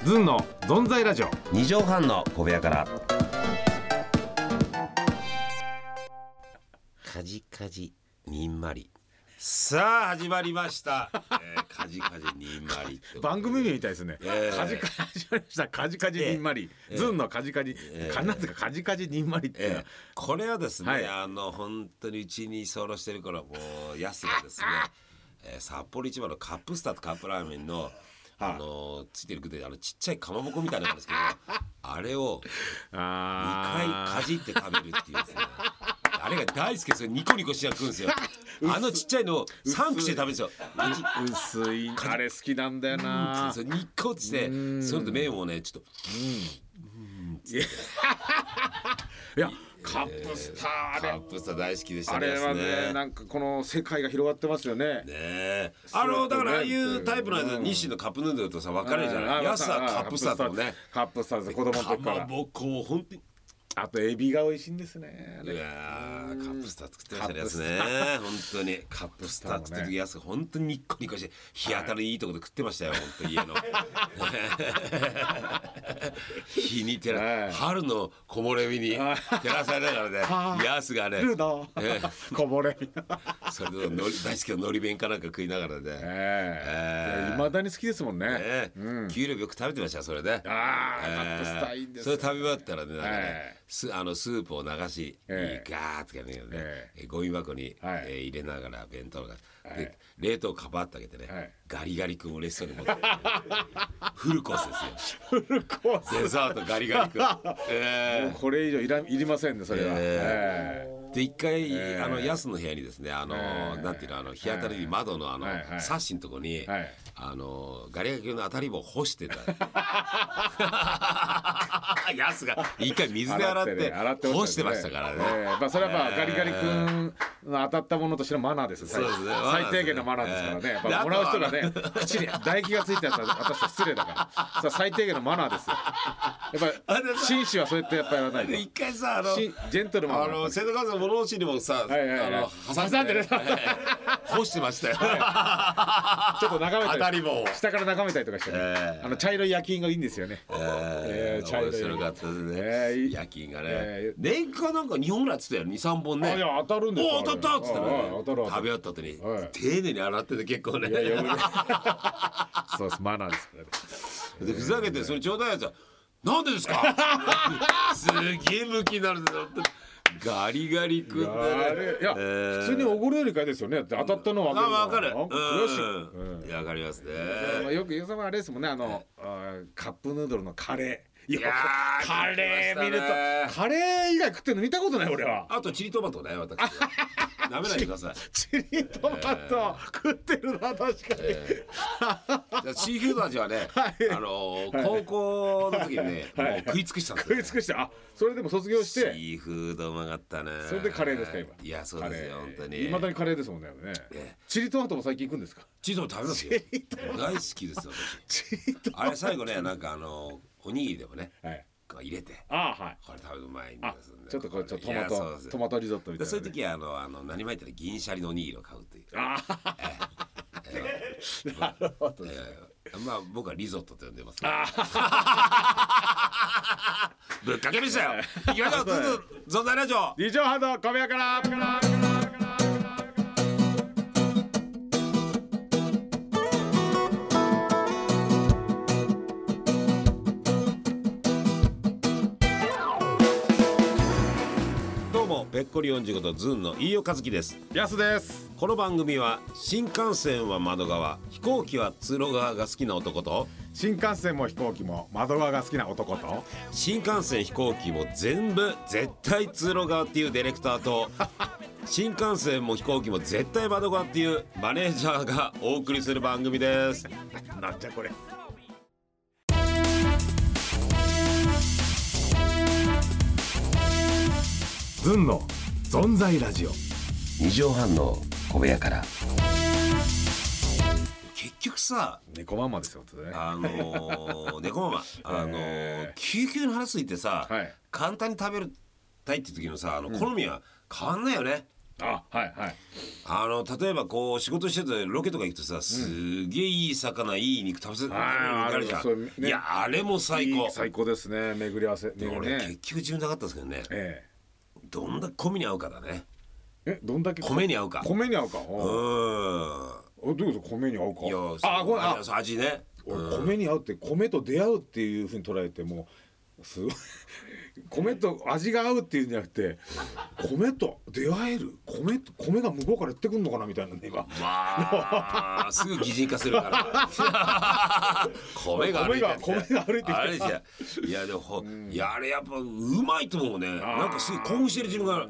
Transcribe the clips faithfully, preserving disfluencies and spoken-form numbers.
ズンのゾンザイラジオ。 にじょうはんの小部屋から。カジカジにんまり。さあ始まりました、えー、カジカジにんまり番組名みたいですね、えー、カジカジ始まりましたカジカジにんまり、えー、ズンのカジカジ、えー、かなんですかカジカジにんまりって、えー、 これはですね、はい、あの本当にうちに居候してる頃もうヤスがですね、えー、札幌一番のカップスターとカップラーメンのあのー、ついてる具であのちっちゃいかまぼこみたいなんですけどあれをにかいかじって食べるっていうですねあれが大好きですよ。ニコニコしちゃ食うんですよあのちっちゃいのをさん口で食べるんですよ。 薄いあれ好きなんだよな。 そうニコってしてそれと麺をねちょっとうんうんいやカップスター、 カップスター大好きでしたね。 あれはねなんかこの世界が広がってますよね。 ねあのだからああいうタイプのやつ、うん、日清のカップヌードルとさ分かれるじゃない。やすはカップスターとね。 カップスターズ子供の時から。 かまぼこ本当に。 あとエビが美味しいんですね。 いやーカップスター作ってましたねやつね。本当にカップスター作ってる時やす本当にニッコニコして日当たりいいところで食ってましたよ本当に家の日に照ら春の木漏れ日に照らされながらねやすがね木漏れ日それでのり大好きなのり弁かなんか食いながらねえー、未だに好きですもんね。ね、 うん、給料よく食べてましたそれで、ね、 あー、えー、カップスターいいんですそれ食べ終わったらねなんかね、えース, あのスープを流し、えー、ガーッとかね、えー、ゴミ箱に、はいえー、入れながら弁当が、はい、で冷凍カバッと開けてね、はい、ガリガリ君嬉しそうに持って、ね、フルコースですよ。フルコースデザートガリガリ君、えー、もうこれ以上いらいりませんねそれは。えーえー、で一回、えー、あのヤスの部屋にですねあの、えー、なんていうのあの日当たりに窓のあの、はいはい、サッシのとこに、はい、あのガリガリ君の当たり棒を干してた。ヤスが一回水で洗って干してましたからね。 えーまあ、それはまあガリガリ君の当たったものとしてのマナーです。そうですね、最低限のマナーですからね。やっぱもらう人がね口に唾液がついたやつは私は失礼だからさ最低限のマナーですよ。やっぱり紳士はそうやってやっぱりやらないと。 一回さあのジェントルマンあの瀬戸川さん物干しにもさ、はいはいはい、あの挟んでね干してましたよ、 はい、ちょっと眺めたり当たり棒下から眺めたりとかしてね、えー、あの茶色い夜勤がいいんですよね。えーえー、茶色い面白かったですね、えー、夜勤がね、えー、年間なんかにほんぐらいつったよ にさん 本ね。 あいや当たるんですよ。 お当たったっつってね食べ終わった後に、はい、丁寧に洗ってて結構ね。いやいやそうですマナーですからね。 でふざけてそれちょうだいやつはなんでですかすげえ向きになるんですよガリガリ君で、ね、 いや、えー、普通におごるよりかいですよね。当たったのは分かる。 悔しい。 うん、わかりますね。 まあ、よくゆうさまあれですもんねあのあカップヌードルのカレー。いやカレー見るとカレー以外食ってるの見たことない俺は。 あとチリトマトね私なめないでください。 チリトマト、えー、食ってるな確かに、えー、シーフード味はね、はい、あのーはい、高校の時にね、はい、もう食い尽くしたんですよ、ね、 食い尽くしてあそれでも卒業してシーフードうまかったね。 それでカレーですか今。 いやそうですよ本当に。 いまだにカレーですもんね。えー、チリトマトも最近行くんですか。 チリトマト食べますよ大好きですよ私あれ最後ねなんかあのー、おにぎりでもね、はい入れてあ、はい、 これ食べるとうまいんですんでちょっとこれちょっとトマトトマトリゾットみたいな、ね、 そういう時はあのあの何も入ってない銀シャリのおにぎりを買うという。あえー、なるほど、えー、まあ僕はリゾットと呼んでますからぶっかけましたよ行きましょうずっとゾンザイラジオ二畳半の小部屋からぺっこりよんじゅうごとズンの飯尾和樹です。 やすです。 この番組は新幹線は窓側飛行機は通路側が好きな男と新幹線も飛行機も窓側が好きな男と新幹線飛行機も全部絶対通路側っていうディレクターと新幹線も飛行機も絶対窓側っていうマネージャーがお送りする番組です。 なんじゃこれ。ズンのゾンザイラジオにじょうはんの小部屋から。結局さ猫ママですよ、ね、 あのー、猫ママあのー、救急の話ついてさ、はい、簡単に食べるたいって時のさあの好みは変わんないよね、 あ、はいはい。 あの例えばこう仕事しててロケとか行くとさ、すげえいい魚いい肉食べせああるじゃん、 そうね、 いやあれも最高。 いい最高ですね、巡り合わせ。 で俺、ね、結局自分なかったんですけどね、ええ、どんだけ米に合うかだね。 え、どんだけ米に合うか。 米に合うか。 うん。 どういうこと米に合うか。 いや、 あ、これあ味ね。 俺米に合うって米と出会うっていう風に捉えてもうすごい米と味が合うっていうんじゃなくて米と出会える米と米が向こうから言ってくんのかなみたいなね今。 まあすぐ擬人化するから米が歩いて米が歩いてきてあれじゃいやでも、うん、いやあれやっぱうまいと思うね。なんかすごい興奮してる自分がある、うん、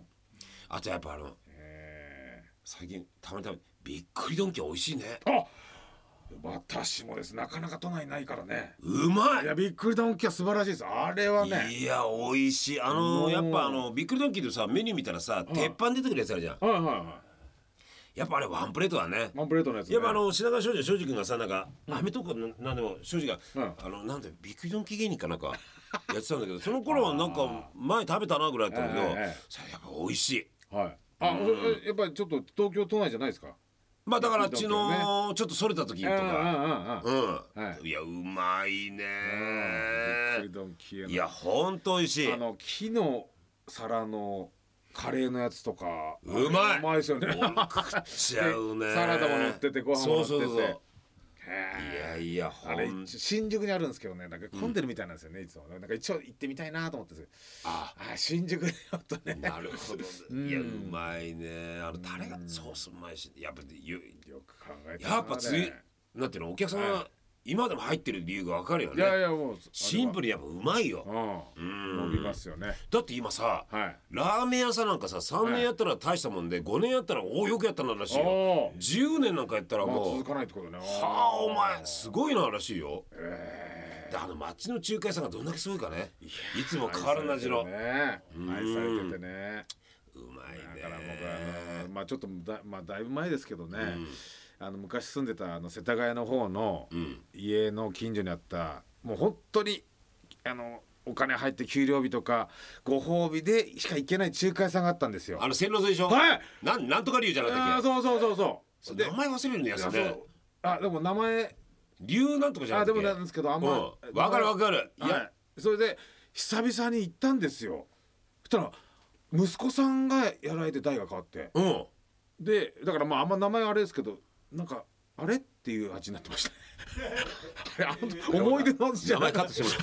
あとやっぱあの最近たまに食べびっくりドンキー美味しいね。 あ、私もです、なかなか都内ないからね。 うまい。 いや、びっくりドンキーは素晴らしいです。あれはね、 いや美味しい。あのやっぱあのびっくりドンキーでさメニュー見たらさ、鉄板出てくるやつあるじゃん。はいはいはい。やっぱあれワンプレートだね。 ワンプレートのやつ、ね、 やっぱあの品川庄司庄司君がさなんかアメトークなんでも庄司が、うん、あのなんでびっくりドンキー芸人かなんかやってたんだけどその頃はなんか前食べたなぐらいだったんだけど、さやっぱ美味しい。 はい。あ、うん、やっぱりちょっと東京都内じゃないですか。 まあだからあっちのちょっとそれた時とか、うん、いやうまいね。いやほんと美味しい。 あの木の皿のカレーのやつとかうまい。 うまいですよね。 食っちゃうね。 サラダも乗っててご飯も乗ってて。 いやいやあれ新宿にあるんですけどね、なんか混んでるみたいなんですよね、いつも。なんか一応行ってみたいなと思って。ああ、新宿でやっとね。 なるほどね。いやうまいね。あのタレがソースうまいし、やっぱよく考えてやっぱ次なんていうのお客さんが今でも入ってる理由がわかるよね。 いやいやもうシンプルにやっぱうまいよ。 うん、伸びますよね。 だって今さラーメン屋さんなんかささんねんやったら大したもんでごねんやったらおおよくやったならしいよ。じゅうねんなんかやったらもう続かないってことね。はあお前すごいならしいよ。であの町の中華屋さんがどんだけすごいかね。いつも変わらぬ味の愛されててね。 うまいね。 だから僕あのまあちょっとだまあだいぶ前ですけどね。あの昔住んでたあの世田谷の方の家の近所にあったもう本当にあのお金入って給料日とかご褒美でしか行けない中華屋さんがあったんですよ。 あの線路沿いでしょ。 はい。 なんなんとか龍じゃなかったっけ。 あそうそうそうそう。 名前忘れるんですよね。 あでも名前龍なんとかじゃなかったっけ。 あでもなんですけどあんまわかるわかる。 いやそれで久々に行ったんですよ。そしたら息子さんがやられて代が変わって。うん。でだからまああんま名前あれですけど。なんかあれっていう味になってました思い出の味じゃない。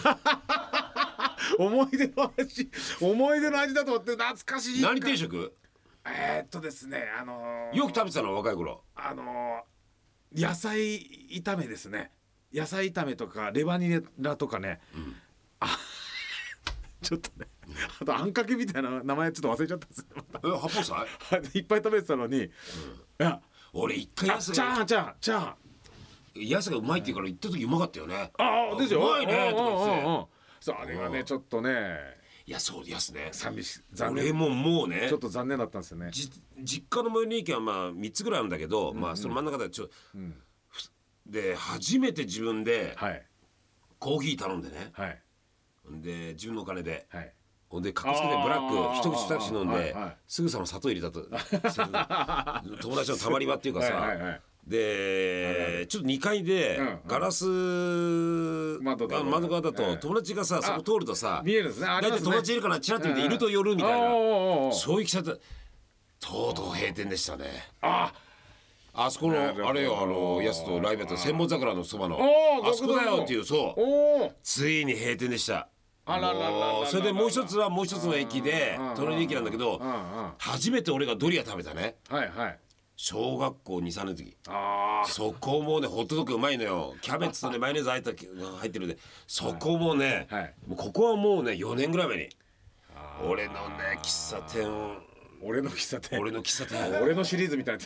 思い出の味思い出の味だと思って懐かしい。 何定食。 えー、っとですねあのー、 よく食べてたの若い頃。 あのー、野菜炒めですね。野菜炒めとかレバニラとかね、うん、あちょっとねあとあんかけみたいな名前ちょっと忘れちゃったんですよ。 え八宝菜いっぱい食べてたのに、うん、いや俺一回やすがチャーハンチャーハンチャーハンやすがうまいって言うから行った時うまかったよね。 ああですよ。 うまいねとか言ってそうあれがねちょっとねいやそうやすね寂し残念。俺ももうねちょっと残念だったんですよね。 実家の最寄り駅はまあみっつぐらいあるんだけど、まあその真ん中でちょで初めて自分でコーヒー頼んでねで自分のお金でほんでかっこつけてブラック一口二口飲んですぐさま砂糖入れたと友達のたまり場っていうかさでちょっとにかいでガラス窓側だと友達がさそこ通るとさ見えるんですね。 だって友達いるからチラッと見ていると寄るみたいなそういう記者ととうとう閉店でしたね。ああそこのあれよあのやつとライブやった千本桜のそばのあそこだよっていうそうついに閉店でした。あらららそれでもう一つはもう一つの駅で隣の駅なんだけど初めて俺がドリア食べたね。はいはい小学校にさんねんの時。あそこもねホットドッグうまいのよ。キャベツとねマヨネーズ入った入ってるんでそこもね、はい、もうここはもうねよねんぐらい前に俺のね喫茶店俺の喫茶店俺の喫茶店俺のシリーズみたいな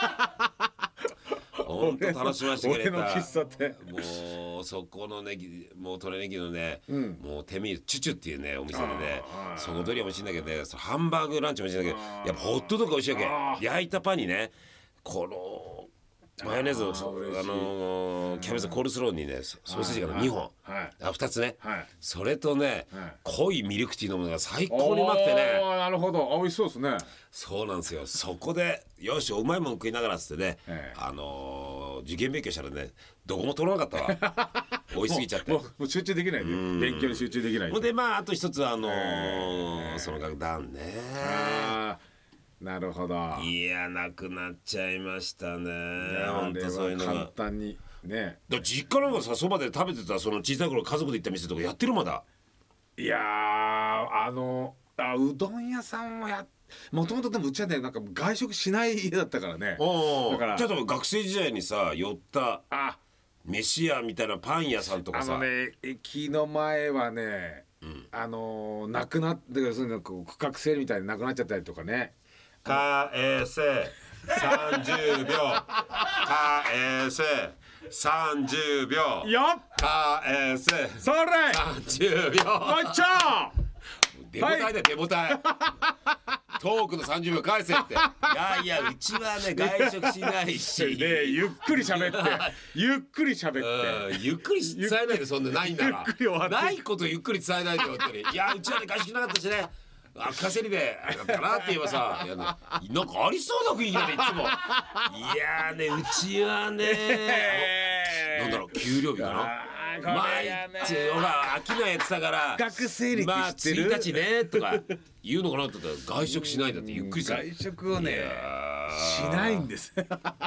本当楽しませてくれた。 俺の喫茶店もうそこのねもうトレネギのね、うん、もう手見るチュチュっていうねお店でねそこドリアも美味しいんだけどねハンバーグランチも美味しいんだけどやっぱホットドッグ美味しいわけ。焼いたパンにねこのマヨネーズをあのー、キャベツコールスローにねソーセージがにほん、はい、あふたつね、はい、それとね、はい、濃いミルクティーのものが最高にうまくてね。 なるほど、美味しそうですね。 そうなんですよ。そこでよしうまいもん食いながらっつってね、ええ、あのー、受験勉強したらねどこも取らなかったわ美味しすぎちゃってもう、もう集中できないね、勉強に集中できないで。まああと一つはあのーえー、その楽団ね。 あなるほど。 いやなくなっちゃいましたね。本当そういうのが簡単にね。 だ実家なんかさそばで食べてたその小さい頃家族で行った店とかやってるまだ。 いやーあのあうどん屋さんもやもともとでもうちはねなんか外食しない家だったからね。 おだからちょっと学生時代にさ寄ったあ飯屋みたいなパン屋さんとかさ。 あのね駅の前はね、うん、あのー、なくなってそういうの区画整理みたいになくなっちゃったりとかね。 返せさんじゅうびょう返せさんじゅうびょうよっ返せそれさんじゅうびょうもうちょ出応えだよ出応えトークのさんじゅうびょう返せって。いやいやうちはね外食しないしねゆっくり喋ってゆっくり喋ってゆっくり伝えないでそんなないんならないことゆっくり伝えないで本当に。いやうちはね外食しなかったしねあ稼りであれだったかなって言えばさいや、ね、なんかありそうな雰囲気だねいつも。いやーねうちはねなんだろう給料日かな毎日ほら飽きないやつだから学生歴まあついたちねとか言うのかなと思ったら外食しないんだってゆっくりさ外食をねしないんです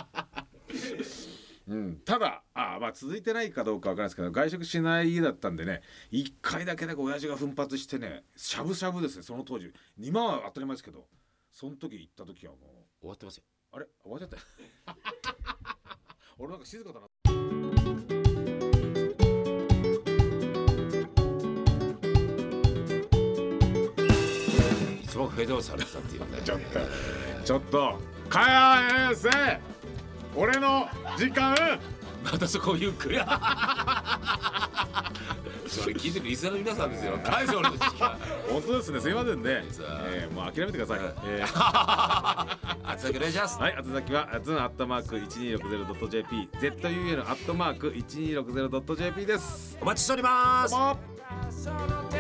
うん、ただあ、まあ、続いてないかどうかわからないですけど外食しない家だったんでねいっかいだけなんか親父が奮発してねしゃぶしゃぶですね。その当時にまんは当たり前ですけどその時行った時はもう終わってますよ。 あれ終わっちゃったよ俺なんか静かだな。 いつもフェードアウトされてたっていうねちょっとちょっと返せ俺の時間またそこをゆっくりそれ聞いてるリスナーの皆さんですよ。返せ俺の時間本当ですねすいませんね、えー、もう諦めてください、えー、 あつ先お願いします。 はいあつ先はズンアットマーク いちにーろくゼロドットジェーピー ゼットユーエヌ アットマーク いちにーろくゼロドットジェーピー です。 お待ちしております。 どうも